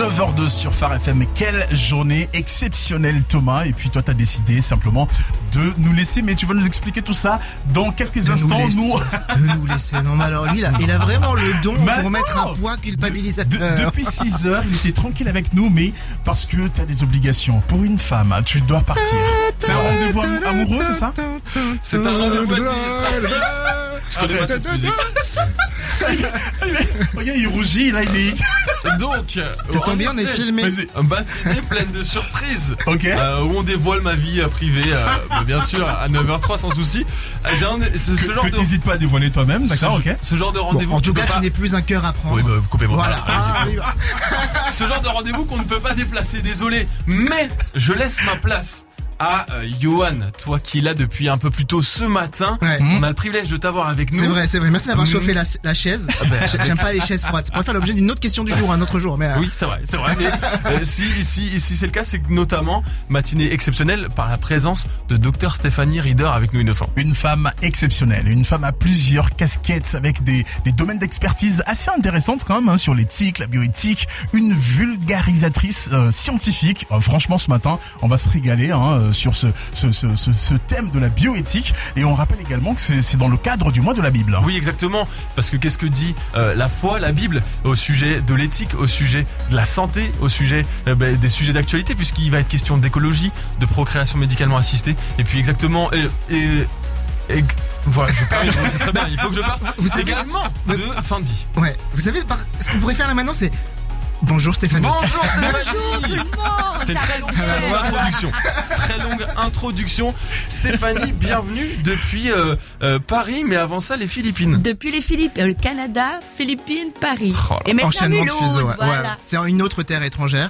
9h02 sur Phare FM. Quelle journée exceptionnelle, Thomas. Et puis toi, t'as décidé simplement de nous laisser, mais tu vas nous expliquer tout ça dans quelques instants. De nous laisser. Non, mais alors lui, il a vraiment le don pour mettre un poids culpabilisateur. Depuis 6h, il était tranquille avec nous, mais parce que t'as des obligations. Pour une femme, tu dois partir. C'est un rendez-vous amoureux, c'est ça? C'est un rendez-vous administratif. Je connais pas cette musique. Regarde, il rougit, là, il est... Donc, ça tombe bien, on est filmé. Matinée pleine de surprises. Ok. Où on dévoile ma vie privée, bien sûr, à 9h03 sans souci. Ce genre que t'hésites pas à dévoiler toi-même, d'accord, ok. Ce genre de rendez-vous. En tout cas, tu n'es plus un cœur à prendre. Oui, vous coupez-moi. Voilà. Ce genre de rendez-vous qu'on ne peut pas déplacer, désolé. Mais je laisse ma place à Johan, toi qui es là depuis un peu plus tôt ce matin. Ouais. On a le privilège de t'avoir avec nous. C'est vrai. Merci d'avoir chauffé la chaise. J'aime pas les chaises froides. Ça pourrait faire l'objet d'une autre question du jour, un autre jour. Mais Oui, c'est vrai. Mais si c'est le cas, c'est que notamment matinée exceptionnelle par la présence de Dr Stéphanie Rieder avec nous, Innocent. Une femme exceptionnelle, une femme à plusieurs casquettes avec des domaines d'expertise assez intéressantes quand même, hein, sur l'éthique, la bioéthique, une vulgarisatrice scientifique. Franchement, ce matin, on va se régaler sur ce thème de la bioéthique, et on rappelle également que c'est dans le cadre du mois de la Bible. Oui, exactement, parce que qu'est-ce que dit la foi, la Bible au sujet de l'éthique, au sujet de la santé, au sujet des sujets d'actualité, puisqu'il va être question d'écologie, de procréation médicalement assistée, et puis exactement voilà, je parle, c'est très bien, il faut que je parle. Vous savez également de fin de vie. Ouais, vous savez, ce qu'on pourrait faire là maintenant, c'est... Bonjour Stéphanie. Bonjour Stéphanie. Bonjour tout le monde. C'était très longue introduction. Stéphanie, bienvenue depuis Paris, mais avant ça les Philippines. Depuis les Philippines, le Canada, Philippines, Paris. Oh là. Et maintenant Enchaînement de Mulhouse, fuseaux, ouais. voilà. Ouais, c'est une autre terre étrangère.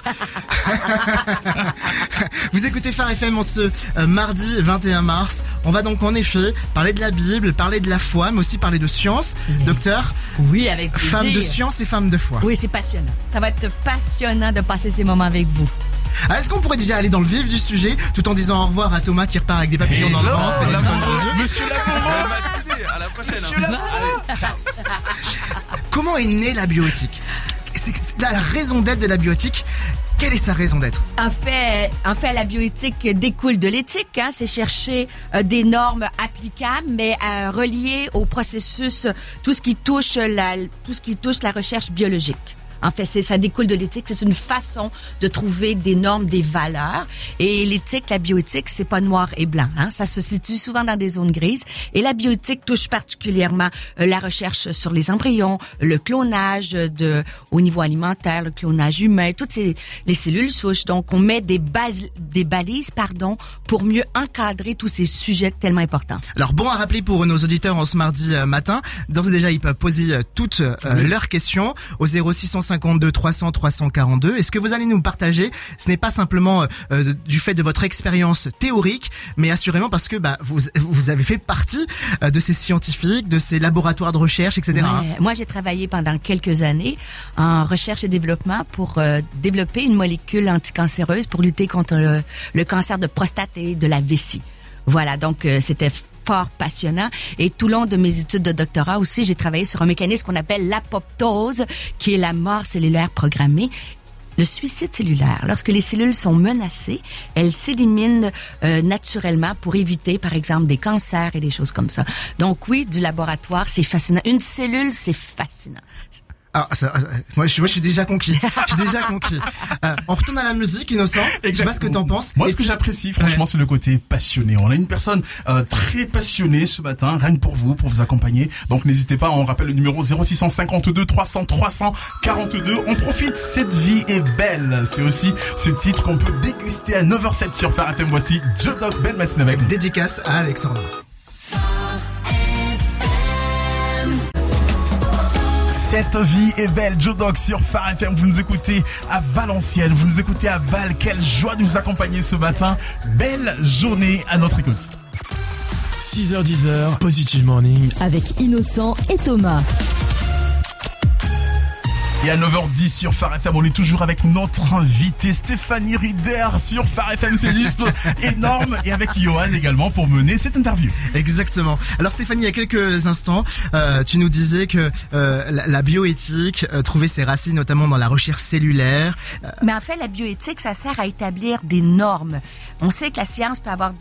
Vous écoutez Phare FM en ce mardi 21 mars. On va donc en effet parler de la Bible, parler de la foi, mais aussi parler de science. Docteur, Oui, avec plaisir. femme de science et femme de foi. Oui, c'est passionnant. Ça va être passionnant de passer ces moments avec vous. Ah, est-ce qu'on pourrait déjà aller dans le vif du sujet tout en disant au revoir à Thomas qui repart avec des papillons dans le ventre et des étoiles dans les yeux? Monsieur Lamoureux, Bonne matinée, à la prochaine. Monsieur Lamoureux. Allez, ciao. Comment est née la bioéthique? C'est la raison d'être de la bioéthique. Quelle est sa raison d'être? En fait, la bioéthique découle de l'éthique. C'est chercher des normes applicables, mais reliées au processus, tout ce qui touche la recherche biologique. En fait, ça découle de l'éthique. C'est une façon de trouver des normes, des valeurs. Et l'éthique, la bioéthique, c'est pas noir et blanc. Ça se situe souvent dans des zones grises. Et la bioéthique touche particulièrement la recherche sur les embryons, le clonage au niveau alimentaire, le clonage humain, toutes les cellules souches. Donc, on met des balises, pour mieux encadrer tous ces sujets tellement importants. Alors bon à rappeler pour nos auditeurs en ce mardi matin, d'ores et déjà ils peuvent poser toutes leurs questions au 0652 300 342. Et ce que vous allez nous partager, ce n'est pas simplement du fait de votre expérience théorique, mais assurément parce que vous avez fait partie de ces scientifiques, de ces laboratoires de recherche, etc. Ouais. Moi, j'ai travaillé pendant quelques années en recherche et développement pour développer une molécule anticancéreuse pour lutter contre le cancer de prostate et de la vessie. Voilà, donc c'était fort passionnant. Et tout le long de mes études de doctorat aussi, j'ai travaillé sur un mécanisme qu'on appelle l'apoptose, qui est la mort cellulaire programmée. Le suicide cellulaire, lorsque les cellules sont menacées, elles s'éliminent naturellement pour éviter, par exemple, des cancers et des choses comme ça. Donc oui, du laboratoire, c'est fascinant. Une cellule, c'est fascinant. Ah, moi je suis déjà conquis. On retourne à la musique, Innocent. Exactement. Je sais pas ce que t'en penses. Moi, ce que j'apprécie, franchement, c'est le côté passionné. On a une personne très passionnée ce matin, rien que pour vous accompagner. Donc, n'hésitez pas, on rappelle le numéro 0652 300 342. On profite, cette vie est belle. C'est aussi ce titre qu'on peut déguster à 9h07 sur Phare FM. Voici Joe Doc, belle matinée avec nous. Dédicace à Alexandre. Cette vie est belle, Joe Doc sur Phare FM. Vous nous écoutez à Valenciennes, vous nous écoutez à Bâle. Quelle joie de nous accompagner ce matin. Belle journée à notre écoute. 6h-10h, Positive Morning. Avec Innocent et Thomas. Et à 9h10 sur Phare FM, on est toujours avec notre invité Stéphanie Rieder sur Phare FM, c'est juste énorme. Et avec Johan également pour mener cette interview. Exactement. Alors Stéphanie, il y a quelques instants, tu nous disais que la bioéthique trouvait ses racines notamment dans la recherche cellulaire. Mais en fait, la bioéthique, ça sert à établir des normes. On sait que la science peut avoir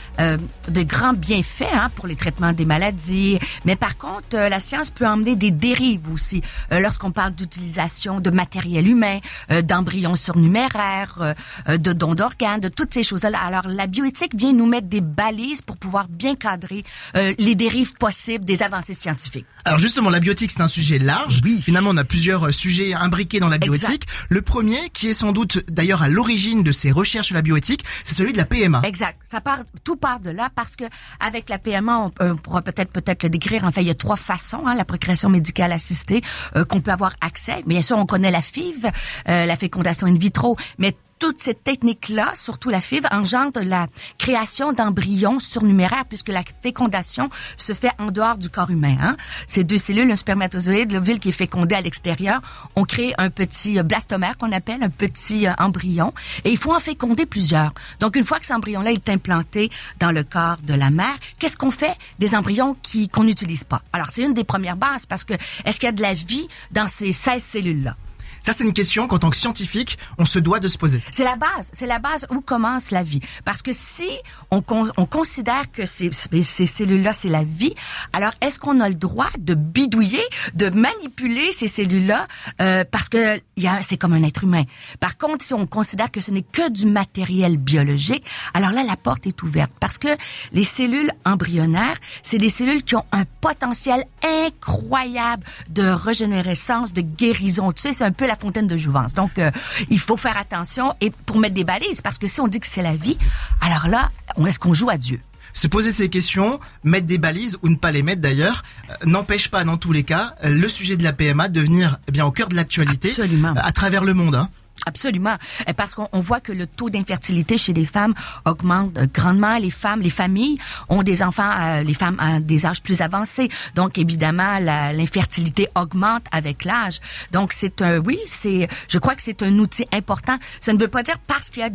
de grands bienfaits pour les traitements des maladies, mais par contre, la science peut emmener des dérives aussi. Lorsqu'on parle d'utilisation de matériel humain, d'embryons surnuméraires, de dons d'organes, de toutes ces choses-là. Alors, la bioéthique vient nous mettre des balises pour pouvoir bien cadrer les dérives possibles des avancées scientifiques. Alors justement, la bioéthique, c'est un sujet large. Oui. Finalement, on a plusieurs sujets imbriqués dans la bioéthique. Exact. Le premier, qui est sans doute d'ailleurs à l'origine de ces recherches sur la bioéthique, c'est celui de la PMA. Exact. Tout part de là parce que avec la PMA, on pourra peut-être le décrire. En fait, il y a 3 façons, la procréation médicale assistée, qu'on peut avoir accès. Bien sûr, on connaît la FIV, la fécondation in vitro, mais toutes ces techniques-là, surtout la FIV, engendrent la création d'embryons surnuméraires puisque la fécondation se fait en dehors du corps humain. Ces 2 cellules, un spermatozoïde, l'ovule qui est fécondé à l'extérieur, on crée un petit blastomère qu'on appelle un petit embryon et il faut en féconder plusieurs. Donc une fois que cet embryon-là est implanté dans le corps de la mère, qu'est-ce qu'on fait des embryons qu'on n'utilise pas? Alors c'est une des premières bases parce que est-ce qu'il y a de la vie dans ces 16 cellules-là? Ça, c'est une question qu'en tant que scientifique, on se doit de se poser. C'est la base où commence la vie. Parce que si on considère que ces cellules-là, c'est la vie, alors est-ce qu'on a le droit de bidouiller, de manipuler ces cellules-là parce que c'est comme un être humain. Par contre, si on considère que ce n'est que du matériel biologique, alors là, la porte est ouverte. Parce que les cellules embryonnaires, c'est des cellules qui ont un potentiel incroyable de régénérescence, de guérison. Tu sais, c'est un peu la fontaine de jouvence. Donc, il faut faire attention et pour mettre des balises, parce que si on dit que c'est la vie, alors là, est-ce qu'on joue à Dieu? Se poser ces questions, mettre des balises ou ne pas les mettre d'ailleurs, n'empêche pas dans tous les cas le sujet de la PMA de devenir au cœur de l'actualité. Absolument. À travers le monde. Absolument, parce qu'on voit que le taux d'infertilité chez les femmes augmente grandement. Les familles ont des enfants, les femmes à des âges plus avancés. Donc évidemment, l'infertilité augmente avec l'âge. Donc je crois que c'est un outil important. Ça ne veut pas dire parce qu'il y a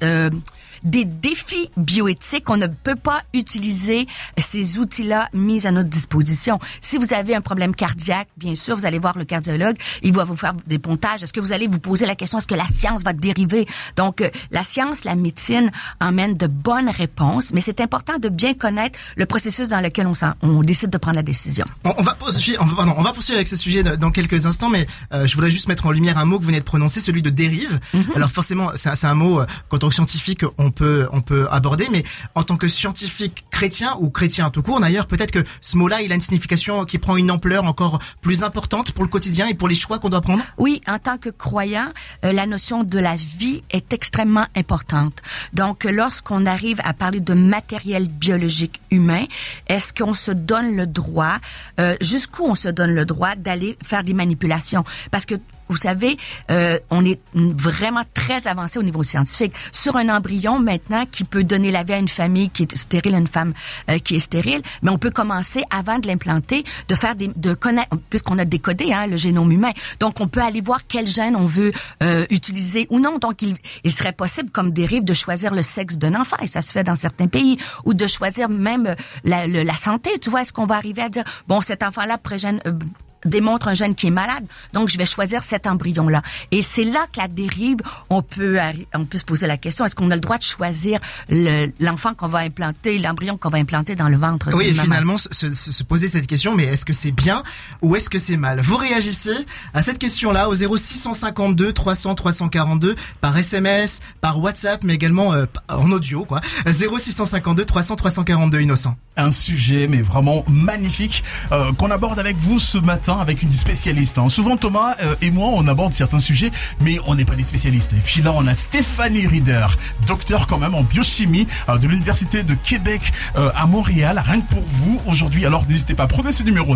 des défis bioéthiques, on ne peut pas utiliser ces outils-là mis à notre disposition. Si vous avez un problème cardiaque, bien sûr, vous allez voir le cardiologue, il va vous faire des pontages. Est-ce que vous allez vous poser la question, est-ce que la science va dériver? Donc, la science, la médecine emmènent de bonnes réponses, mais c'est important de bien connaître le processus dans lequel on décide de prendre la décision. On va poursuivre avec ce sujet dans quelques instants, mais je voudrais juste mettre en lumière un mot que vous venez de prononcer, celui de dérive. Mm-hmm. Alors forcément, c'est un mot qu'en tant que scientifique, on peut aborder, mais en tant que scientifique chrétien ou chrétien tout court d'ailleurs, peut-être que ce mot-là, il a une signification qui prend une ampleur encore plus importante pour le quotidien et pour les choix qu'on doit prendre. Oui, en tant que croyant, la notion de la vie est extrêmement importante. Donc, lorsqu'on arrive à parler de matériel biologique humain, est-ce qu'on se donne le droit, jusqu'où on se donne le droit d'aller faire des manipulations? Parce que vous savez, on est vraiment très avancé au niveau scientifique. Sur un embryon maintenant qui peut donner la vie à une famille qui est stérile, à une femme qui est stérile, mais on peut commencer avant de l'implanter, de connaître, puisqu'on a décodé le génome humain. Donc on peut aller voir quel gène on veut utiliser ou non. Donc il serait possible comme dérive de choisir le sexe d'un enfant, et ça se fait dans certains pays, ou de choisir même la santé. Tu vois, est-ce qu'on va arriver à dire bon, cet enfant-là démontre un gène qui est malade, donc je vais choisir cet embryon-là. Et c'est là que la dérive, on peut se poser la question, est-ce qu'on a le droit de choisir l'enfant qu'on va implanter, l'embryon qu'on va implanter dans le ventre d'une maman? Oui, et finalement, se poser cette question, mais est-ce que c'est bien ou est-ce que c'est mal? Vous réagissez à cette question-là au 0652 300 342 par SMS, par WhatsApp, mais également en audio, 0652 300 342, Innocent. Un sujet, mais vraiment magnifique, qu'on aborde avec vous ce matin, avec une spécialiste. Souvent Thomas et moi on aborde certains sujets, mais on n'est pas des spécialistes. Et puis là on a Stéphanie Rieder, docteur quand même en biochimie de l'Université de Québec à Montréal, rien que pour vous aujourd'hui. Alors n'hésitez pas, prenez ce numéro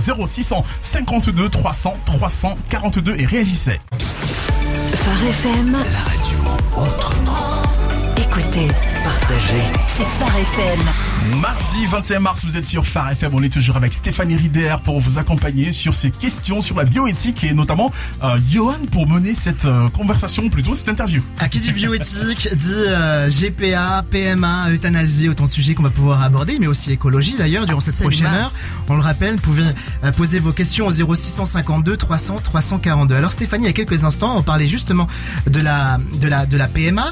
0652 300 342 et réagissez. Phare FM, la radio autrement. Écoutez. partager. C'est Phare FM. Mardi 21 mars, vous êtes sur Phare FM. On est toujours avec Stéphanie Rieder pour vous accompagner sur ces questions sur la bioéthique et notamment Johan pour mener cette conversation, plutôt cette interview. Qui dit bioéthique dit GPA, PMA, euthanasie, autant de sujets qu'on va pouvoir aborder, mais aussi écologie d'ailleurs durant cette prochaine heure. On le rappelle, vous pouvez poser vos questions au 0652 300 342. Alors Stéphanie, il y a quelques instants, on parlait justement de la PMA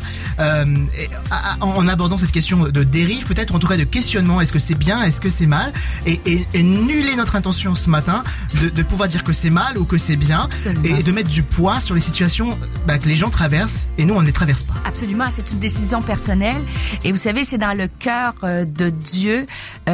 en abordant cette question de dérive, peut-être en tout cas de questionnement. Est-ce que c'est bien, est-ce que c'est mal, et nulle est notre intention ce matin de pouvoir dire que c'est mal ou que c'est bien. Absolument. Et de mettre du poids sur les situations que les gens traversent et nous on ne les traverse pas. Absolument, c'est une décision personnelle et vous savez, c'est dans le cœur de Dieu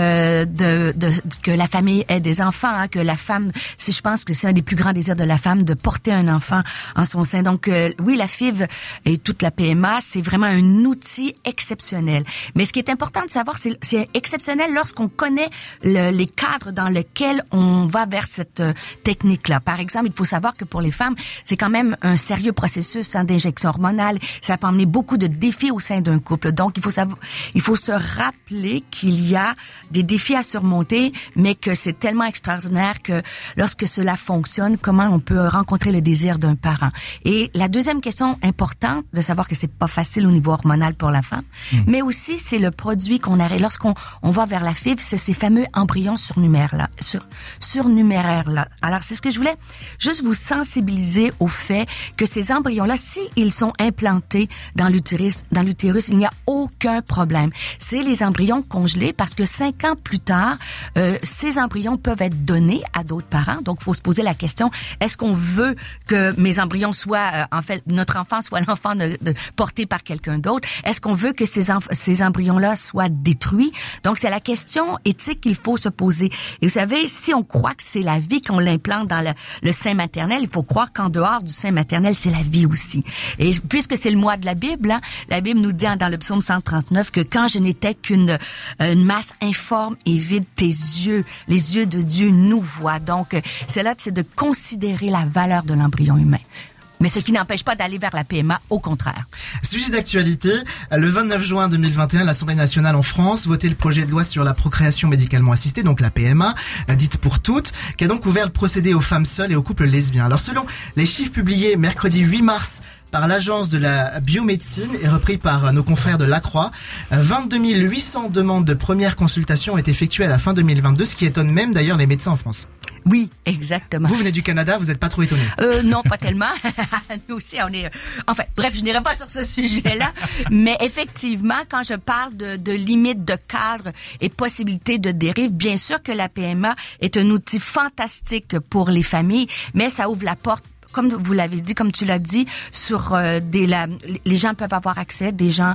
que la famille ait des enfants, que la femme, je pense que c'est un des plus grands désirs de la femme de porter un enfant en son sein. Donc oui, la FIV et toute la PMA, c'est vraiment un outil exceptionnel. Mais ce qui est important de savoir, c'est exceptionnel lorsqu'on connaît les cadres dans lesquels on va vers cette technique-là. Par exemple, il faut savoir que pour les femmes, c'est quand même un sérieux processus d'injection hormonale. Ça peut amener beaucoup de défis au sein d'un couple. Donc, il faut se rappeler qu'il y a des défis à surmonter, mais que c'est tellement extraordinaire que lorsque cela fonctionne, comment on peut rencontrer le désir d'un parent. Et la deuxième question importante, de savoir que c'est pas facile au niveau hormonal pour la femme, mais aussi c'est le produit qu'on arrête. Lorsqu'on va vers la FIV, c'est ces fameux embryons surnuméraires là. Alors, c'est ce que je voulais juste vous sensibiliser au fait que ces embryons-là, si ils sont implantés dans l'utérus, il n'y a aucun problème. C'est les embryons congelés parce que 5 ans plus tard, ces embryons peuvent être donnés à d'autres parents. Donc, il faut se poser la question, est-ce qu'on veut que mes embryons soient, notre enfant soit l'enfant porté par quelqu'un d'autre? Est-ce qu'on veut que ces embryons-là soient détruits? Donc, c'est la question éthique qu'il faut se poser. Et vous savez, si on croit que c'est la vie qu'on l'implante dans le sein maternel, il faut croire qu'en dehors du sein maternel, c'est la vie aussi. Et puisque c'est le mois de la Bible, la Bible nous dit dans le psaume 139 que quand je n'étais qu'une masse informe et vide, tes yeux, les yeux de Dieu nous voient. Donc, c'est de considérer la valeur de l'embryon humain. Mais ce qui n'empêche pas d'aller vers la PMA, au contraire. Sujet d'actualité, le 29 juin 2021, l'Assemblée nationale en France votait le projet de loi sur la procréation médicalement assistée, donc la PMA, dite pour toutes, qui a donc ouvert le procédé aux femmes seules et aux couples lesbiens. Alors selon les chiffres publiés mercredi 8 mars par l'Agence de la biomédecine et repris par nos confrères de La Croix, 22 800 demandes de première consultation ont été effectuées à la fin 2022, ce qui étonne même d'ailleurs les médecins en France. Oui, exactement. Vous venez du Canada, vous n'êtes pas trop étonné? Non, pas tellement. Nous aussi, on est... Enfin, bref, je n'irai pas sur ce sujet-là. Mais effectivement, quand je parle de limites de cadre et possibilités de dérive, bien sûr que la PMA est un outil fantastique pour les familles, mais ça ouvre la porte, comme vous l'avez dit, comme tu l'as dit, sur les gens peuvent avoir accès, des gens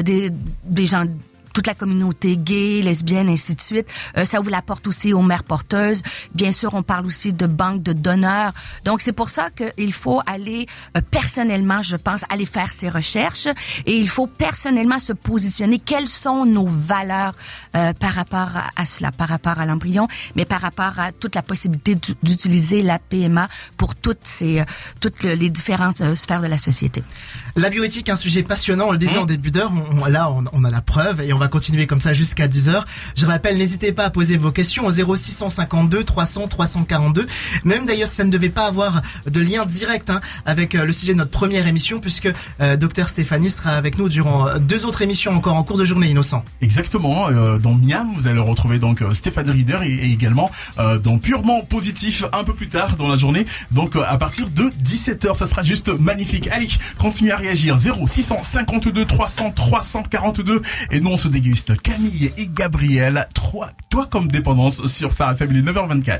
toute la communauté gay, lesbienne, ainsi de suite. Ça ouvre la porte aussi aux mères porteuses. Bien sûr, on parle aussi de banques de donneurs. Donc, c'est pour ça qu'il faut aller personnellement, je pense, aller faire ses recherches et il faut personnellement se positionner. Quelles sont nos valeurs par rapport à cela, par rapport à l'embryon, mais par rapport à toute la possibilité d'utiliser la PMA pour toutes les différentes sphères de la société. La bioéthique, un sujet passionnant, on le disait en début d'heure, on a la preuve et on va continuer comme ça jusqu'à 10h. Je rappelle, n'hésitez pas à poser vos questions au 0652 300 342. Même d'ailleurs, ça ne devait pas avoir de lien direct avec le sujet de notre première émission puisque Dr Stéphanie sera avec nous durant 2 autres émissions encore en cours de journée, Innocent. Exactement, dans Miam, vous allez retrouver donc Stéphanie Rieder et également dans Purement Positif un peu plus tard dans la journée. Donc à partir de 17h, ça sera juste magnifique. Allez, continuez à réagir. 0652 300 342 et nous on se déguste Camille et Gabriel, toi comme dépendance sur Phare FM, il est 9h24.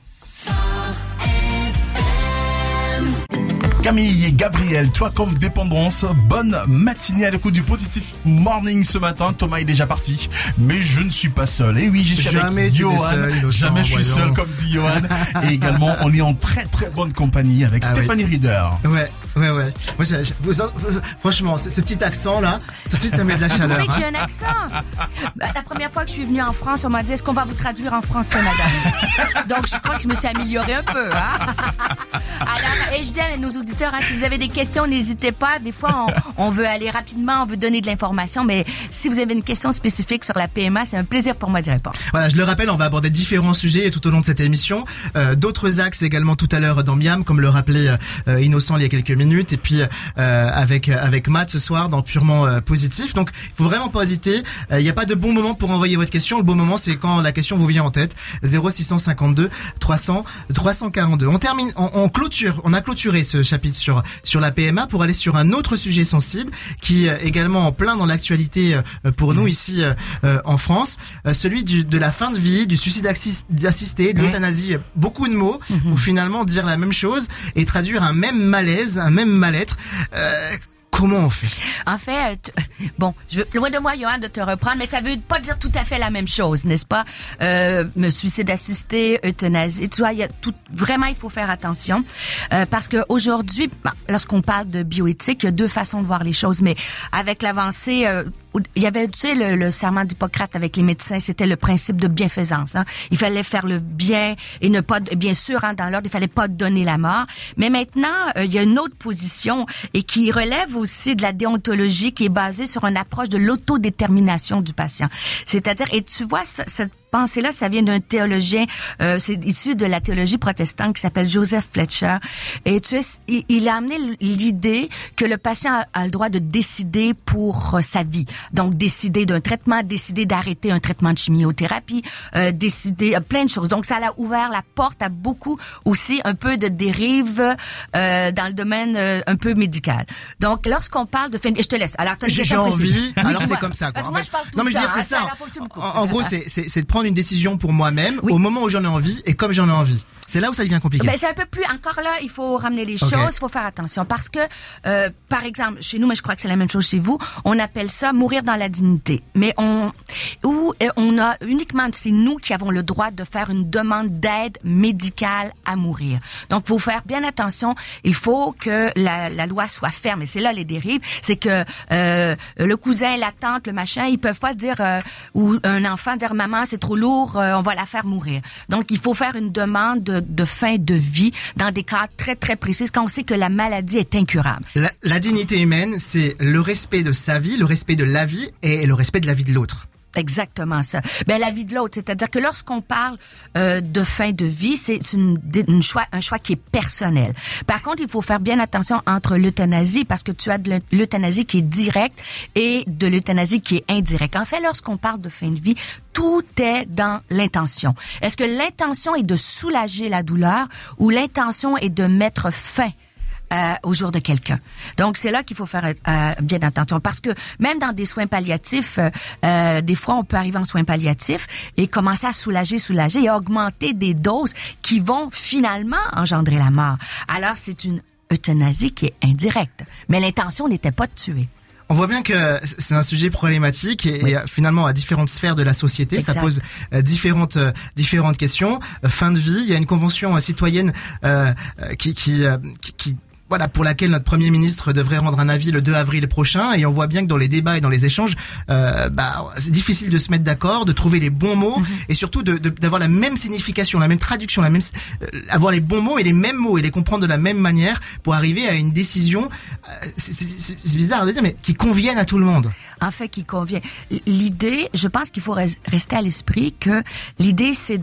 Camille et Gabriel, toi comme dépendance, bonne matinée à l'écoute du Positif Morning ce matin. Thomas est déjà parti, mais je ne suis pas seul. Et oui, j'y suis avec Johan. Jamais je suis seul comme dit Johan. Et également, on est en très très bonne compagnie avec Stéphanie Rieder. Ouais. Ouais. Moi, franchement, ce petit accent là, tout de suite ça met de la chaleur. Vous trouvez que j'ai un accent? La première fois que je suis venue en France, on m'a dit, est-ce qu'on va vous traduire en français, madame? Donc, je crois que je me suis améliorée un peu, hein? Alors, et je dis à nos auditeurs, si vous avez des questions, n'hésitez pas. Des fois, on veut aller rapidement, on veut donner de l'information, mais si vous avez une question spécifique sur la PMA, c'est un plaisir pour moi d'y répondre. Voilà, je le rappelle, on va aborder différents sujets tout au long de cette émission. D'autres axes également tout à l'heure dans Miam, comme le rappelait Innocent il y a quelques minutes, et puis avec Matt ce soir dans Purement Positif. Donc, il faut vraiment pas hésiter. Il n'y a pas de bon moment pour envoyer votre question. Le bon moment, c'est quand la question vous vient en tête. 0652 300 342. On termine, on a clôturé ce chapitre sur la PMA pour aller sur un autre sujet sensible qui est également en plein dans l'actualité pour nous ici en France, celui de la fin de vie, du suicide assisté, de l'euthanasie. Beaucoup de mots pour finalement dire la même chose et traduire un même malaise, un même mal-être. Comment on fait? En fait, loin de moi, Johan, de te reprendre, mais ça veut pas dire tout à fait la même chose, n'est-ce pas? Suicide assisté, euthanasie, tu vois, vraiment, il faut faire attention, parce que aujourd'hui, lorsqu'on parle de bioéthique, il y a deux façons de voir les choses, mais avec l'avancée, il y avait, tu sais, le serment d'Hippocrate avec les médecins, c'était le principe de bienfaisance. Hein. Il fallait faire le bien et ne pas, bien sûr, dans l'ordre, il fallait pas donner la mort. Mais maintenant, il y a une autre position et qui relève aussi de la déontologie qui est basée sur une approche de l'autodétermination du patient. C'est-à-dire, et tu vois, cette pensée-là, ça vient d'un théologien, c'est issu de la théologie protestante qui s'appelle Joseph Fletcher. Et tu sais, il a amené l'idée que le patient a le droit de décider pour sa vie. Donc, décider d'un traitement, décider d'arrêter un traitement de chimiothérapie, décider plein de choses. Donc, ça a ouvert la porte à beaucoup aussi un peu de dérives dans le domaine un peu médical. Donc, lorsqu'on parle de fin, je te laisse. Alors, j'ai envie. Alors, c'est comme ça. Quoi. Parce que moi, je parle tout non, mais le je veux temps, dire, c'est ça. En gros, hein. c'est de prendre une décision pour moi-même au moment où j'en ai envie et comme j'en ai envie. C'est là où ça devient compliqué. Ben, c'est un peu plus, encore là, il faut ramener les choses, il faut faire attention. Parce que, par exemple, chez nous, mais je crois que c'est la même chose chez vous, on appelle ça mourir dans la dignité. Mais on a uniquement, c'est nous qui avons le droit de faire une demande d'aide médicale à mourir. Donc, faut faire bien attention. Il faut que la loi soit ferme. Et c'est là les dérives. C'est que, le cousin, la tante, le machin, ils peuvent pas dire, ou un enfant dire, maman, c'est trop lourd, on va la faire mourir. Donc, il faut faire une demande de fin de vie dans des cas très, très précis quand on sait que la maladie est incurable. La dignité humaine, c'est le respect de sa vie, le respect de la vie et le respect de la vie de l'autre. Exactement ça. Ben la vie de l'autre, c'est-à-dire que lorsqu'on parle de fin de vie, c'est un choix qui est personnel. Par contre, il faut faire bien attention entre l'euthanasie parce que tu as de l'euthanasie qui est directe et de l'euthanasie qui est indirecte. En fait, lorsqu'on parle de fin de vie, tout est dans l'intention. Est-ce que l'intention est de soulager la douleur ou l'intention est de mettre fin au jour de quelqu'un. Donc, c'est là qu'il faut faire bien attention. Parce que même dans des soins palliatifs, des fois, on peut arriver en soins palliatifs et commencer à soulager et augmenter des doses qui vont finalement engendrer la mort. Alors, c'est une euthanasie qui est indirecte. Mais l'intention n'était pas de tuer. On voit bien que c'est un sujet problématique et finalement à différentes sphères de la société, exact. Ça pose différentes questions. Fin de vie, il y a une convention citoyenne qui voilà, pour laquelle notre Premier ministre devrait rendre un avis le 2 avril prochain, et on voit bien que dans les débats et dans les échanges, c'est difficile de se mettre d'accord, de trouver les bons mots, et surtout d'avoir la même signification, la même traduction, avoir les bons mots et les mêmes mots et les comprendre de la même manière pour arriver à une décision, c'est bizarre de dire, mais qui convienne à tout le monde. En fait, qui convient. L'idée, je pense qu'il faut rester à l'esprit que l'idée, c'est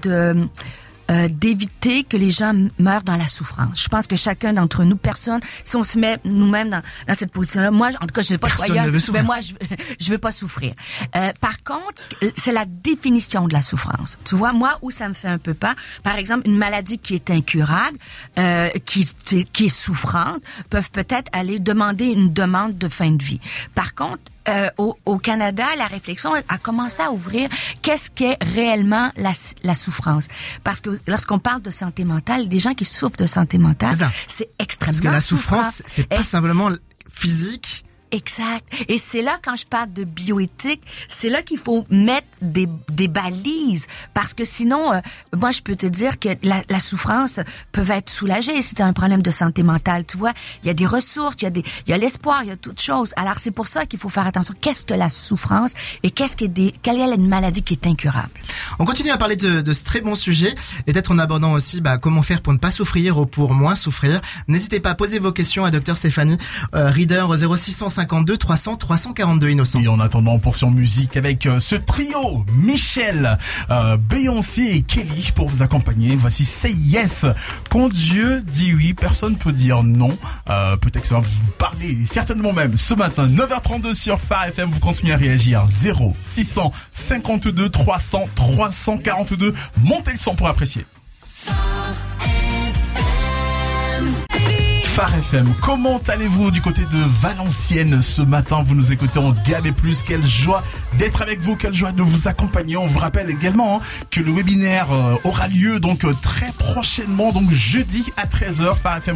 d'éviter que les gens meurent dans la souffrance. Je pense que chacun d'entre nous, si on se met nous-mêmes dans cette position-là, moi, en tout cas, je ne sais pas toi, mais moi, je veux pas souffrir. Par contre, c'est la définition de la souffrance. Tu vois, moi, où ça me fait un peu peur, par exemple, une maladie qui est incurable, qui est souffrante, peuvent peut-être aller demander une demande de fin de vie. Par contre, au Canada, la réflexion a commencé à ouvrir qu'est-ce qu'est réellement la souffrance. Parce que lorsqu'on parle de santé mentale, des gens qui souffrent de santé mentale, c'est extrêmement Parce que la souffrance, c'est pas simplement physique, Exact. Et c'est là, quand je parle de bioéthique, c'est là qu'il faut mettre des balises. Parce que sinon, moi, je peux te dire que la souffrance peut être soulagée si tu as un problème de santé mentale. Tu vois, il y a des ressources, il y a l'espoir, il y a toutes choses. Alors, c'est pour ça qu'il faut faire attention. Qu'est-ce que la souffrance et quelle est une maladie qui est incurable? On continue à parler de ce très bon sujet. Et peut-être en abordant aussi, comment faire pour ne pas souffrir ou pour moins souffrir. N'hésitez pas à poser vos questions à Dr Stéphanie Rieder au 0652 300 342 Innocent. Et en attendant, on poursuit en musique avec ce trio Michel, Beyoncé et Kelly pour vous accompagner. Voici Say Yes. Quand Dieu dit oui, personne peut dire non. Peut-être que ça va vous parler, certainement même ce matin, 9h32 sur Phare FM. Vous continuez à réagir. 0652 300 342. Montez le son pour apprécier. Phare FM, comment allez-vous du côté de Valenciennes ce matin? Vous nous écoutez en DAB+, quelle joie d'être avec vous, quelle joie de vous accompagner. On vous rappelle également que le webinaire aura lieu donc très prochainement, donc jeudi à 13h,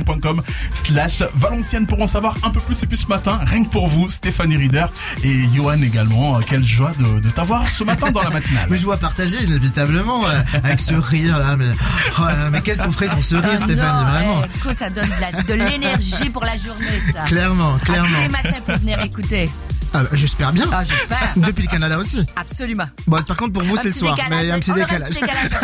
pharefm.com/Valenciennes pour en savoir un peu plus. Et puis ce matin, rien que pour vous, Stéphanie Rieder et Johan également, quelle joie de t'avoir ce matin dans la matinale. Mais je dois partager inévitablement avec ce rire là, mais qu'est-ce qu'on ferait sans ce rire, Stéphanie, vraiment. Écoute, ça donne de l'énergie pour la journée, ça. Clairement. Tous les matins pour venir écouter. J'espère bien. J'espère. Depuis le Canada aussi. Absolument. Bon, par contre, pour vous, c'est soir. Mais il y a un petit décalage.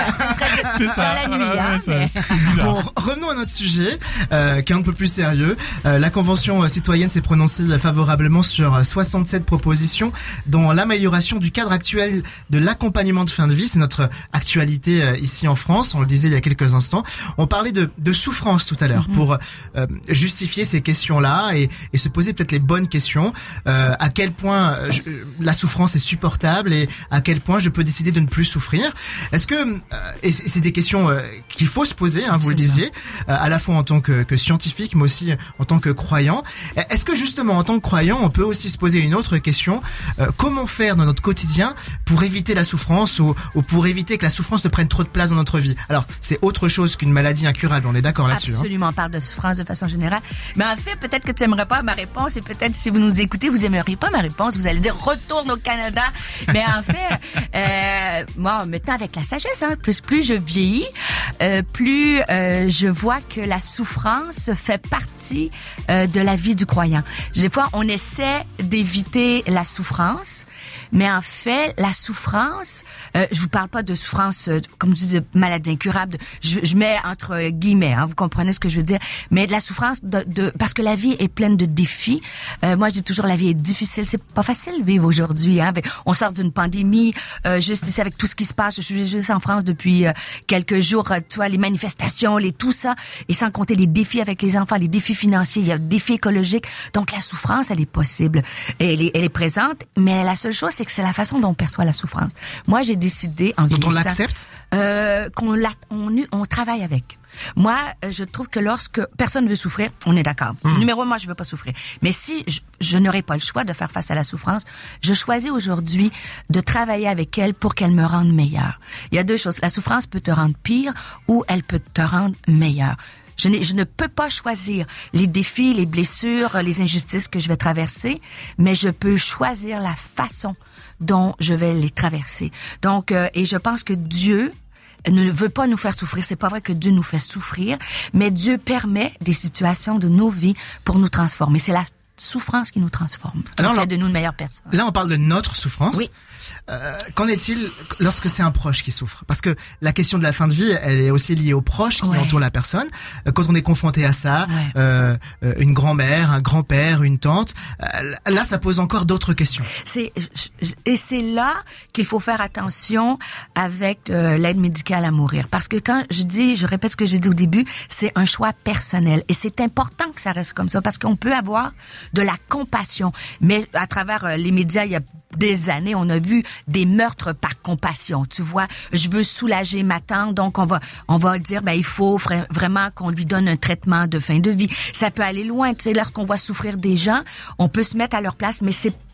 C'est ça. Dans la nuit, Bon, revenons à notre sujet, qui est un peu plus sérieux. La Convention citoyenne s'est prononcée favorablement sur 67 propositions, dont l'amélioration du cadre actuel de l'accompagnement de fin de vie. C'est notre actualité ici en France. On le disait il y a quelques instants. On parlait de souffrance tout à l'heure pour justifier ces questions-là et se poser peut-être les bonnes questions. À quel point la souffrance est supportable et à quel point je peux décider de ne plus souffrir. Est-ce que et c'est des questions qu'il faut se poser, vous le disiez, à la fois en tant que scientifique, mais aussi en tant que croyant. Est-ce que justement en tant que croyant, on peut aussi se poser une autre question, comment faire dans notre quotidien pour éviter la souffrance ou pour éviter que la souffrance ne prenne trop de place dans notre vie? Alors c'est autre chose qu'une maladie incurable, on est d'accord là-dessus. Absolument, on parle de souffrance de façon générale. Mais en fait, peut-être que tu aimerais pas ma réponse et peut-être si vous nous écoutez, vous aimeriez pas ma réponse, vous allez dire retourne au Canada. Mais en fait, moi, maintenant avec la sagesse, plus je vieillis, plus je vois que la souffrance fait partie de la vie du croyant. Des fois, on essaie d'éviter la souffrance, mais en fait, la souffrance, je vous parle pas de souffrance, comme je dis, de maladie incurable. Je mets entre guillemets, vous comprenez ce que je veux dire. Mais de la souffrance, parce que la vie est pleine de défis. Moi, je dis toujours, la vie est difficile. C'est pas facile de vivre aujourd'hui. On sort d'une pandémie, juste ici avec tout ce qui se passe. Je suis juste en France depuis quelques jours. Tu vois, les manifestations, tout ça, et sans compter les défis avec les enfants, les défis financiers, il y a des défis écologiques. Donc la souffrance, elle est possible, elle est présente. Mais la seule chose, c'est que c'est la façon dont on perçoit la souffrance. Moi, j'ai décidé en vieillissant, dont on l'accepte, on travaille avec. Moi, je trouve que lorsque personne veut souffrir, on est d'accord. Numéro 1, moi, je veux pas souffrir. Mais si je n'aurais pas le choix de faire face à la souffrance, je choisis aujourd'hui de travailler avec elle pour qu'elle me rende meilleure. Il y a deux choses. La souffrance peut te rendre pire ou elle peut te rendre meilleure. Je ne peux pas choisir les défis, les blessures, les injustices que je vais traverser, mais je peux choisir la façon dont je vais les traverser. Donc, et je pense que Dieu ne veut pas nous faire souffrir. C'est pas vrai que Dieu nous fait souffrir, mais Dieu permet des situations de nos vies pour nous transformer. C'est la souffrance qui nous transforme, qui fait de nous une meilleure personne. Là, on parle de notre souffrance. Oui. Qu'en est-il lorsque c'est un proche qui souffre? Parce que la question de la fin de vie, elle est aussi liée aux proches qui entourent la personne. Quand on est confronté à ça, une grand-mère, un grand-père, une tante, là, ça pose encore d'autres questions. Et c'est là qu'il faut faire attention avec l'aide médicale à mourir. Parce que quand je répète ce que j'ai dit au début, c'est un choix personnel. Et c'est important que ça reste comme ça parce qu'on peut avoir de la compassion. Mais à travers les médias, il y a des années, on a vu des meurtres par compassion. Tu vois, je veux soulager ma tante, donc on va dire, il faut vraiment qu'on lui donne un traitement de fin de vie. Ça peut aller loin. Tu sais, lorsqu'on voit souffrir des gens, on peut se mettre à leur place, mais c'est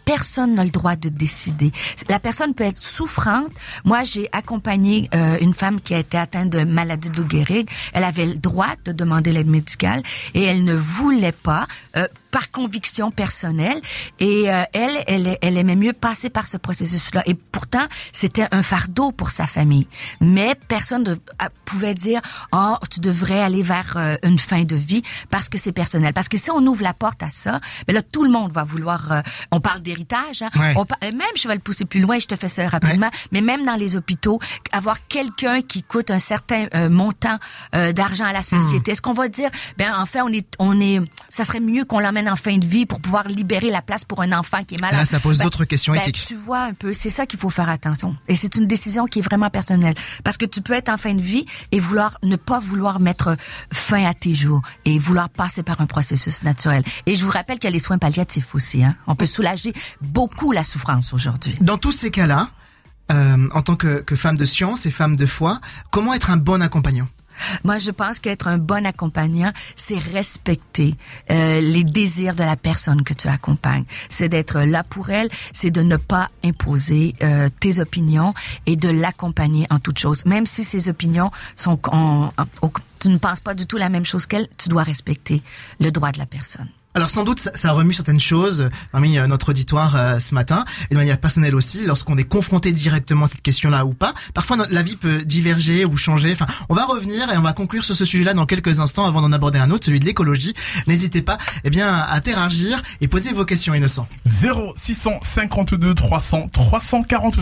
personne n'a le droit de décider. La personne peut être souffrante. Moi, j'ai accompagné une femme qui a été atteinte de maladie de Lou Gehrig. Elle avait le droit de demander l'aide médicale et elle ne voulait pas, par conviction personnelle. Et elle aimait mieux passer par ce processus-là. Et pourtant, c'était un fardeau pour sa famille. Mais personne ne pouvait dire « Oh, tu devrais aller vers une fin de vie parce que c'est personnel. » Parce que si on ouvre la porte à ça, mais là, tout le monde va vouloir... on parle d'héritage. Hein? Ouais. Même, je vais le pousser plus loin, je te fais ça rapidement, mais même dans les hôpitaux, avoir quelqu'un qui coûte un certain montant d'argent à la société, est-ce qu'on va dire, en fait, ça serait mieux qu'on l'emmène en fin de vie pour pouvoir libérer la place pour un enfant qui est malade. Là, ça pose d'autres questions éthiques. Tu vois un peu, c'est ça qu'il faut faire attention. Et c'est une décision qui est vraiment personnelle. Parce que tu peux être en fin de vie et ne pas vouloir mettre fin à tes jours et vouloir passer par un processus naturel. Et je vous rappelle qu'il y a les soins palliatifs aussi, hein. On peut soulager beaucoup la souffrance aujourd'hui. Dans tous ces cas-là, en tant que femme de science et femme de foi, comment être un bon accompagnant? Moi, je pense qu'être un bon accompagnant, c'est respecter les désirs de la personne que tu accompagnes. C'est d'être là pour elle, c'est de ne pas imposer tes opinions et de l'accompagner en toute chose. Même si ses opinions sont... tu ne penses pas du tout la même chose qu'elle, tu dois respecter le droit de la personne. Alors sans doute ça remue certaines choses parmi notre auditoire ce matin, et de manière personnelle aussi, lorsqu'on est confronté directement à cette question-là ou pas. Parfois la vie peut diverger ou changer. Enfin, on va revenir et on va conclure sur ce sujet-là dans quelques instants avant d'en aborder un autre, celui de l'écologie. N'hésitez pas à interagir et poser vos questions, Innocent. 0652 300 342.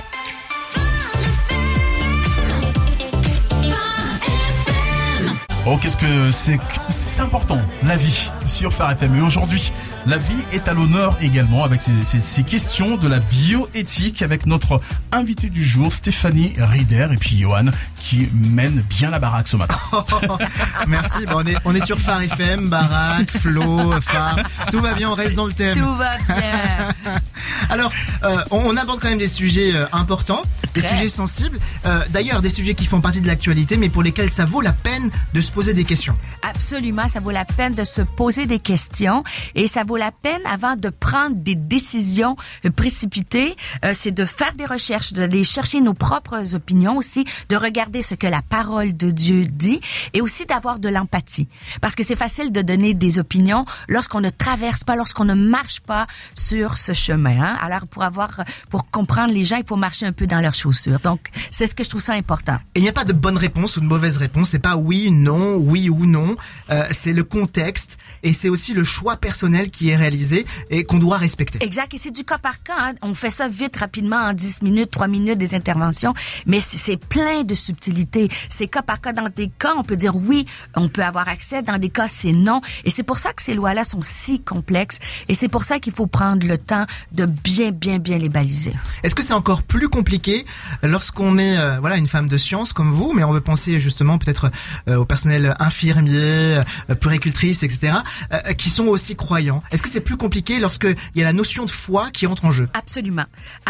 Oh, qu'est-ce que c'est important, la vie, sur Phare FM. Et aujourd'hui, la vie est à l'honneur également avec ces questions de la bioéthique avec notre invité du jour, Stéphanie Rieder, et puis Johan, qui mène bien la baraque ce matin. Merci, on est sur Phare FM, baraque, Flo, Phare, tout va bien, on reste dans le thème. Tout va bien. Alors, on aborde quand même des sujets importants, des sujets sensibles, d'ailleurs des sujets qui font partie de l'actualité, mais pour lesquels ça vaut la peine de se poser des questions. Absolument, ça vaut la peine de se poser des questions et ça vaut la peine avant de prendre des décisions précipitées, c'est de faire des recherches, d'aller chercher nos propres opinions aussi, de regarder ce que la parole de Dieu dit et aussi d'avoir de l'empathie. Parce que c'est facile de donner des opinions lorsqu'on ne traverse pas, lorsqu'on ne marche pas sur ce chemin. Hein? Alors pour comprendre les gens, il faut marcher un peu dans leurs chaussures. Donc c'est ce que je trouve ça important. Et il n'y a pas de bonne réponse ou de mauvaise réponse. C'est pas oui, non, oui ou non. C'est le contexte et c'est aussi le choix personnel qui est réalisé et qu'on doit respecter. Exact. Et c'est du cas par cas. Hein. On fait ça vite, rapidement, en 10 minutes, 3 minutes des interventions. Mais c'est plein de subtilités. C'est cas par cas. Dans des cas, on peut dire oui, on peut avoir accès. Dans des cas, c'est non. Et c'est pour ça que ces lois-là sont si complexes. Et c'est pour ça qu'il faut prendre le temps de bien les baliser. Est-ce que c'est encore plus compliqué lorsqu'on est une femme de science comme vous, mais on veut penser justement peut-être au personnel infirmier, puéricultrice, etc., qui sont aussi croyants. Est-ce que c'est plus compliqué lorsqu'il y a la notion de foi qui entre en jeu? Absolument.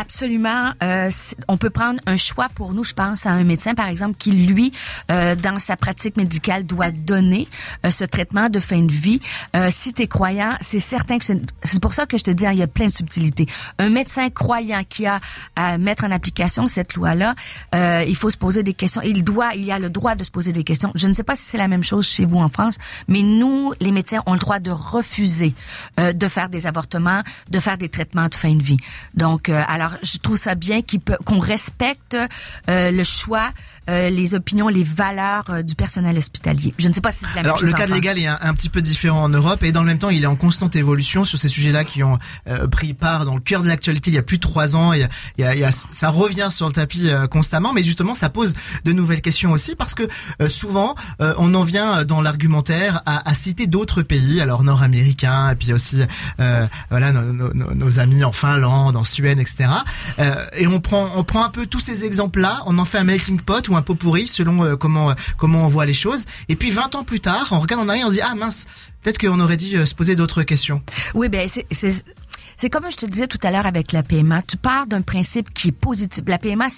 On peut prendre un choix pour nous. Je pense à un médecin, par exemple, qui, lui, dans sa pratique médicale, doit donner ce traitement de fin de vie. Si t'es croyant, c'est certain que c'est pour ça que je te dis, il y a plein de subtilités. Un médecin croyant qui a à mettre en application cette loi-là, il faut se poser des questions. Il a le droit de se poser des questions. Je ne sais pas si c'est la même chose chez vous en France, mais nous, les médecins, ont le droit de refuser de faire des avortements, de faire des traitements de fin de vie. Donc, alors, je trouve ça bien qu'on respecte le choix, les opinions, les valeurs du personnel hospitalier. Je ne sais pas si c'est la même chose. Alors, le cadre légal est un petit peu différent en Europe et dans le même temps, il est en constante évolution sur ces sujets-là qui ont pris part dans le cœur de l'actualité il y a plus de 3 ans. Ça revient sur le tapis constamment, mais justement, ça pose de nouvelles questions aussi parce que souvent, on en vient dans l'argumentaire à citer d'autres pays, alors nord-américains, et puis aussi nos amis en Finlande, en Suède, etc. Et on prend un peu tous ces exemples-là, on en fait un melting pot ou un pot pourri selon comment on voit les choses. Et puis 20 ans plus tard, on regarde en arrière, on se dit ah mince, peut-être qu'on aurait dû se poser d'autres questions. Oui, c'est comme je te disais tout à l'heure avec la PMA. Tu pars d'un principe qui est positif. La PMA, c'est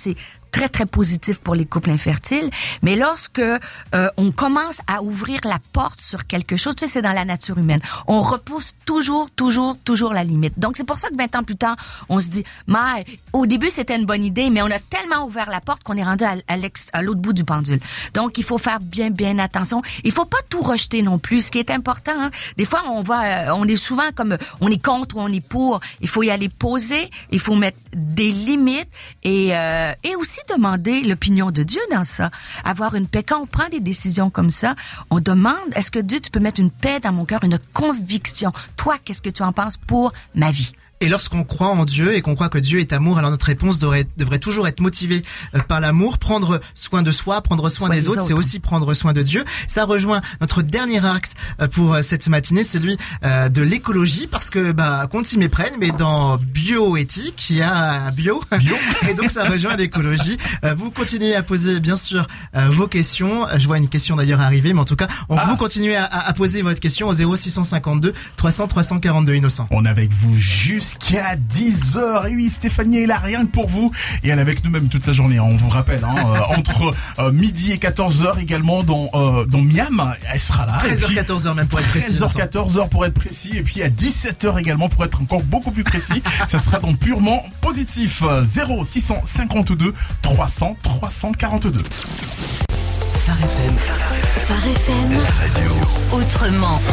très, très positif pour les couples infertiles. Mais lorsque on commence à ouvrir la porte sur quelque chose, tu sais, c'est dans la nature humaine. On repousse toujours la limite. Donc, c'est pour ça que 20 ans plus tard, on se dit, mais au début, c'était une bonne idée, mais on a tellement ouvert la porte qu'on est rendu à l'autre bout du pendule. Donc, il faut faire bien attention. Il faut pas tout rejeter non plus. Ce qui est important, hein, des fois, on est souvent comme, on est contre ou on est pour. Il faut y aller poser, il faut mettre des limites et aussi demander l'opinion de Dieu dans ça. Avoir une paix. Quand on prend des décisions comme ça, on demande, est-ce que Dieu, tu peux mettre une paix dans mon cœur, une conviction? Toi, qu'est-ce que tu en penses pour ma vie? Et lorsqu'on croit en Dieu et qu'on croit que Dieu est amour, alors notre réponse devrait toujours être motivée par l'amour. Prendre soin de soi, prendre soin des autres, c'est aussi prendre soin de Dieu. Ça rejoint notre dernier axe pour cette matinée, celui de l'écologie, parce que qu'on s'y méprenne, mais dans bioéthique, il y a bio. Et donc ça rejoint l'écologie. Vous continuez à poser bien sûr vos questions. Je vois une question d'ailleurs arriver, mais en tout cas, vous continuez à poser votre question au 0652 300 342 Innocent. On est avec vous jusqu'à 10h. Et oui, Stéphanie est là rien que pour vous. Et elle est avec nous-mêmes toute la journée. On vous rappelle, entre midi et 14h également dans Miam. Elle sera là. 13h, 14h même pour être précis. 13h, 14h pour être précis. Et puis à 17h également pour être encore beaucoup plus précis. Ça sera donc purement positif. 0652 300 342. Phare FM. Phare FM. La radio. Autrement.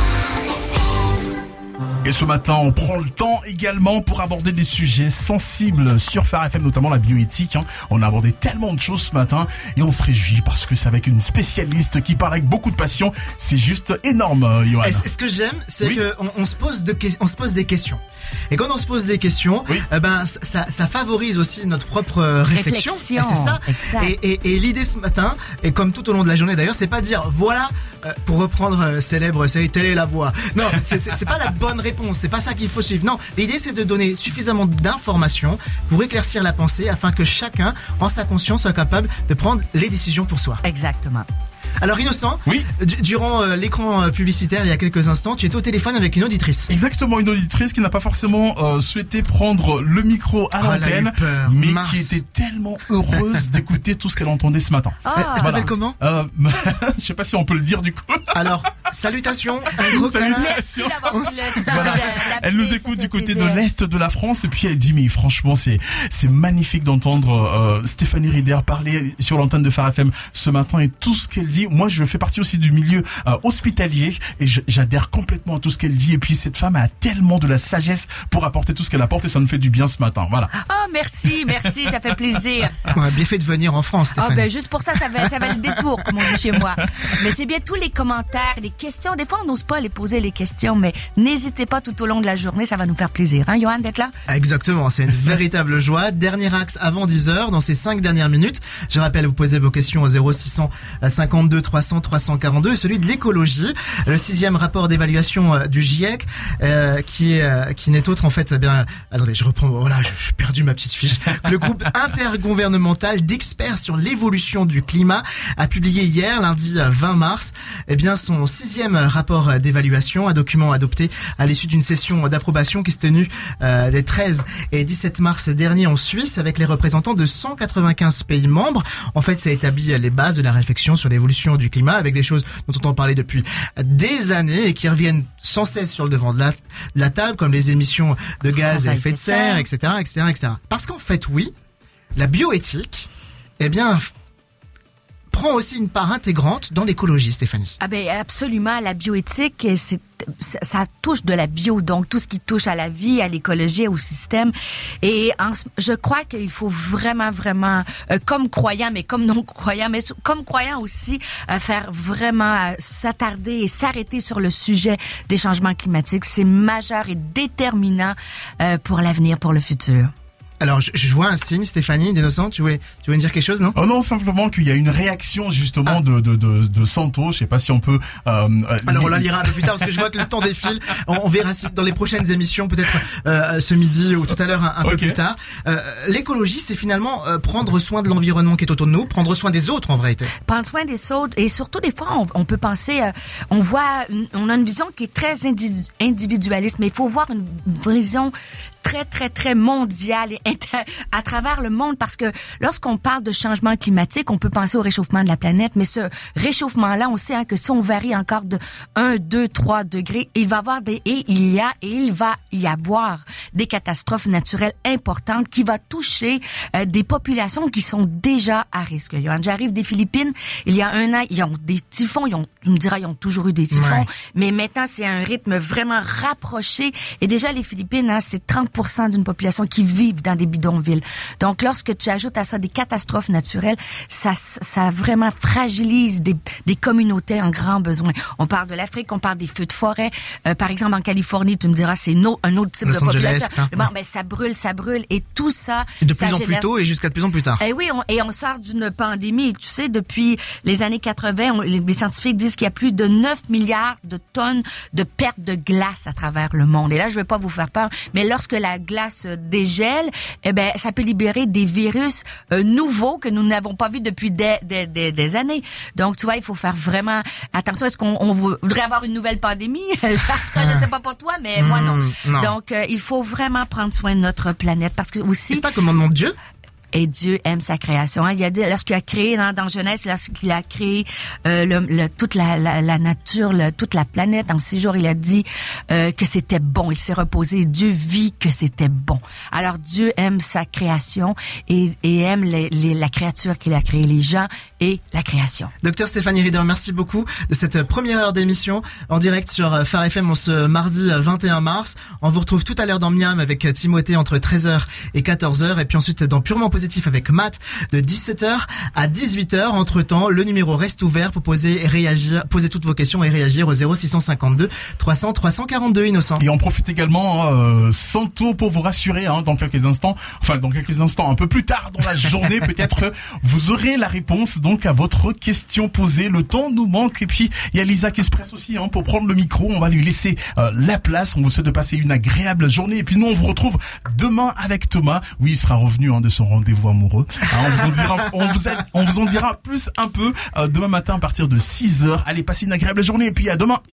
Et ce matin, on prend le temps également pour aborder des sujets sensibles sur Phare FM, notamment la bioéthique. On a abordé tellement de choses ce matin et on se réjouit parce que c'est avec une spécialiste qui parle avec beaucoup de passion. C'est juste énorme, Johan. Et ce que j'aime, c'est que on se pose des questions. Et quand on se pose des questions, ça favorise aussi notre propre réflexion. Et c'est ça. Et l'idée ce matin, et comme tout au long de la journée d'ailleurs, c'est pas dire voilà, pour reprendre célèbre, telle est la voix. Non, c'est pas la bonne réponse. C'est pas ça qu'il faut suivre. Non, l'idée c'est de donner suffisamment d'informations pour éclaircir la pensée afin que chacun, en sa conscience, soit capable de prendre les décisions pour soi. Exactement. Alors Innocent, oui. Durant l'écran publicitaire il y a quelques instants, tu étais au téléphone avec une auditrice. Exactement, une auditrice qui n'a pas forcément souhaité prendre le micro à l'antenne, mais qui était tellement heureuse d'écouter tout ce qu'elle entendait ce matin. Elle s'appelle comment? Je sais pas si on peut le dire du coup. Alors, salutations, un gros salutations. Voilà. Elle nous écoute du côté de l'Est de la France et puis elle dit mais franchement c'est magnifique d'entendre Stéphanie Rieder parler sur l'antenne de Phare FM ce matin et tout ce qu'elle dit. Moi, je fais partie aussi du milieu hospitalier et j'adhère complètement à tout ce qu'elle dit. Et puis, cette femme a tellement de la sagesse pour apporter tout ce qu'elle apporte et ça nous fait du bien ce matin. Voilà. Oh, merci, ça fait plaisir. Ça. Ouais, bien fait de venir en France, Stéphanie. Juste pour ça va le détour, comme on dit chez moi. Mais c'est bien tous les commentaires, les questions. Des fois, on n'ose pas les poser les questions, mais n'hésitez pas tout au long de la journée, ça va nous faire plaisir. Hein, Johan, d'être là? Exactement, c'est une véritable joie. Dernier axe avant 10h, dans ces 5 dernières minutes. Je rappelle, vous posez vos questions au 0652 300 342 et celui de l'écologie, le 6e rapport d'évaluation du GIEC qui n'est autre en fait attendez, je reprends, voilà, j'ai perdu ma petite fiche. Le groupe intergouvernemental d'experts sur l'évolution du climat a publié hier, lundi 20 mars, son 6e rapport d'évaluation, un document adopté à l'issue d'une session d'approbation qui s'est tenue les 13 et 17 mars dernier en Suisse avec les représentants de 195 pays membres. En fait, ça établit les bases de la réflexion sur l'évolution du climat avec des choses dont on entend parler depuis des années et qui reviennent sans cesse sur le devant de la table, comme les émissions de gaz à effet de serre, etc. Parce qu'en fait, oui, la bioéthique, prend aussi une part intégrante dans l'écologie, Stéphanie. Absolument, la bioéthique, ça touche de la bio, donc tout ce qui touche à la vie, à l'écologie, au système. Et je crois qu'il faut vraiment, comme croyant, mais comme non croyant, mais comme croyant aussi, faire vraiment s'attarder et s'arrêter sur le sujet des changements climatiques. C'est majeur et déterminant pour l'avenir, pour le futur. Alors, je vois un signe, Stéphanie, d'Innocent. Tu voulais me dire quelque chose, non? Oh non, simplement qu'il y a une réaction, justement, de Santo. Je sais pas si on peut, Alors, on la lira un peu plus tard, parce que je vois que le temps défile. On verra si, dans les prochaines émissions, peut-être, ce midi ou tout à l'heure, un peu plus tard. L'écologie, c'est finalement, prendre soin de l'environnement qui est autour de nous, prendre soin des autres, en vérité. Prendre soin des autres. Et surtout, des fois, on peut penser, on a une vision qui est très individualiste, mais il faut voir une vision très, très, très mondial et à travers le monde, parce que lorsqu'on parle de changement climatique, on peut penser au réchauffement de la planète, mais ce réchauffement-là, on sait que si on varie encore de 1, 2, 3 degrés, il va y avoir des catastrophes naturelles importantes qui va toucher des populations qui sont déjà à risque. J'arrive des Philippines, il y a un an, ils ont des typhons, tu me diras, ils ont toujours eu des typhons, mais maintenant, c'est un rythme vraiment rapproché. Et déjà, les Philippines, c'est 30% d'une population qui vivent dans des bidonvilles. Donc, lorsque tu ajoutes à ça des catastrophes naturelles, ça vraiment fragilise des communautés en grand besoin. On parle de l'Afrique, on parle des feux de forêt. Par exemple, en Californie, tu me diras, c'est un autre type de population. Ben, ça brûle. Et tout ça... Et de plus en plus tôt et jusqu'à de plus en plus tard. Et oui, on sort d'une pandémie. Tu sais, depuis les années 80, les scientifiques disent qu'il y a plus de 9 milliards de tonnes de pertes de glace à travers le monde. Et là, je vais pas vous faire peur, mais lorsque la glace dégèle, ça peut libérer des virus nouveaux que nous n'avons pas vus depuis des années. Donc, tu vois, il faut faire vraiment attention. Est-ce qu'on voudrait avoir une nouvelle pandémie? Je sais pas pour toi, mais moi non. Donc, il faut vraiment prendre soin de notre planète parce que aussi... C'est un commandement de Dieu? Et Dieu aime sa création. Il a dit, lorsqu'il a créé dans Genèse, lorsqu'il a créé toute la nature, toute la planète en 6 jours, il a dit que c'était bon. Il s'est reposé. Dieu vit que c'était bon. Alors Dieu aime sa création et aime la créature qu'il a créée, les gens et la création. Docteur Stéphanie Rieder, merci beaucoup de cette première heure d'émission en direct sur Phare FM en ce mardi 21 mars. On vous retrouve tout à l'heure dans Miam avec Timothée entre 13h et 14h et puis ensuite dans Purement Positif avec Matt de 17h à 18h. Entre-temps, le numéro reste ouvert pour poser toutes vos questions et réagir au 0652 300 342. Innocent. Et on profite également Santo pour vous rassurer dans quelques instants, un peu plus tard dans la journée peut-être vous aurez la réponse donc à votre question posée. Le temps nous manque et puis il y a Lisa qui se presse aussi pour prendre le micro. On va lui laisser la place. On vous souhaite de passer une agréable journée et puis nous on vous retrouve demain avec Thomas. Oui, il sera revenu de son rendez-vous amoureux. On vous en dira plus un peu demain matin à partir de 6h. Allez, passez une agréable journée et puis à demain.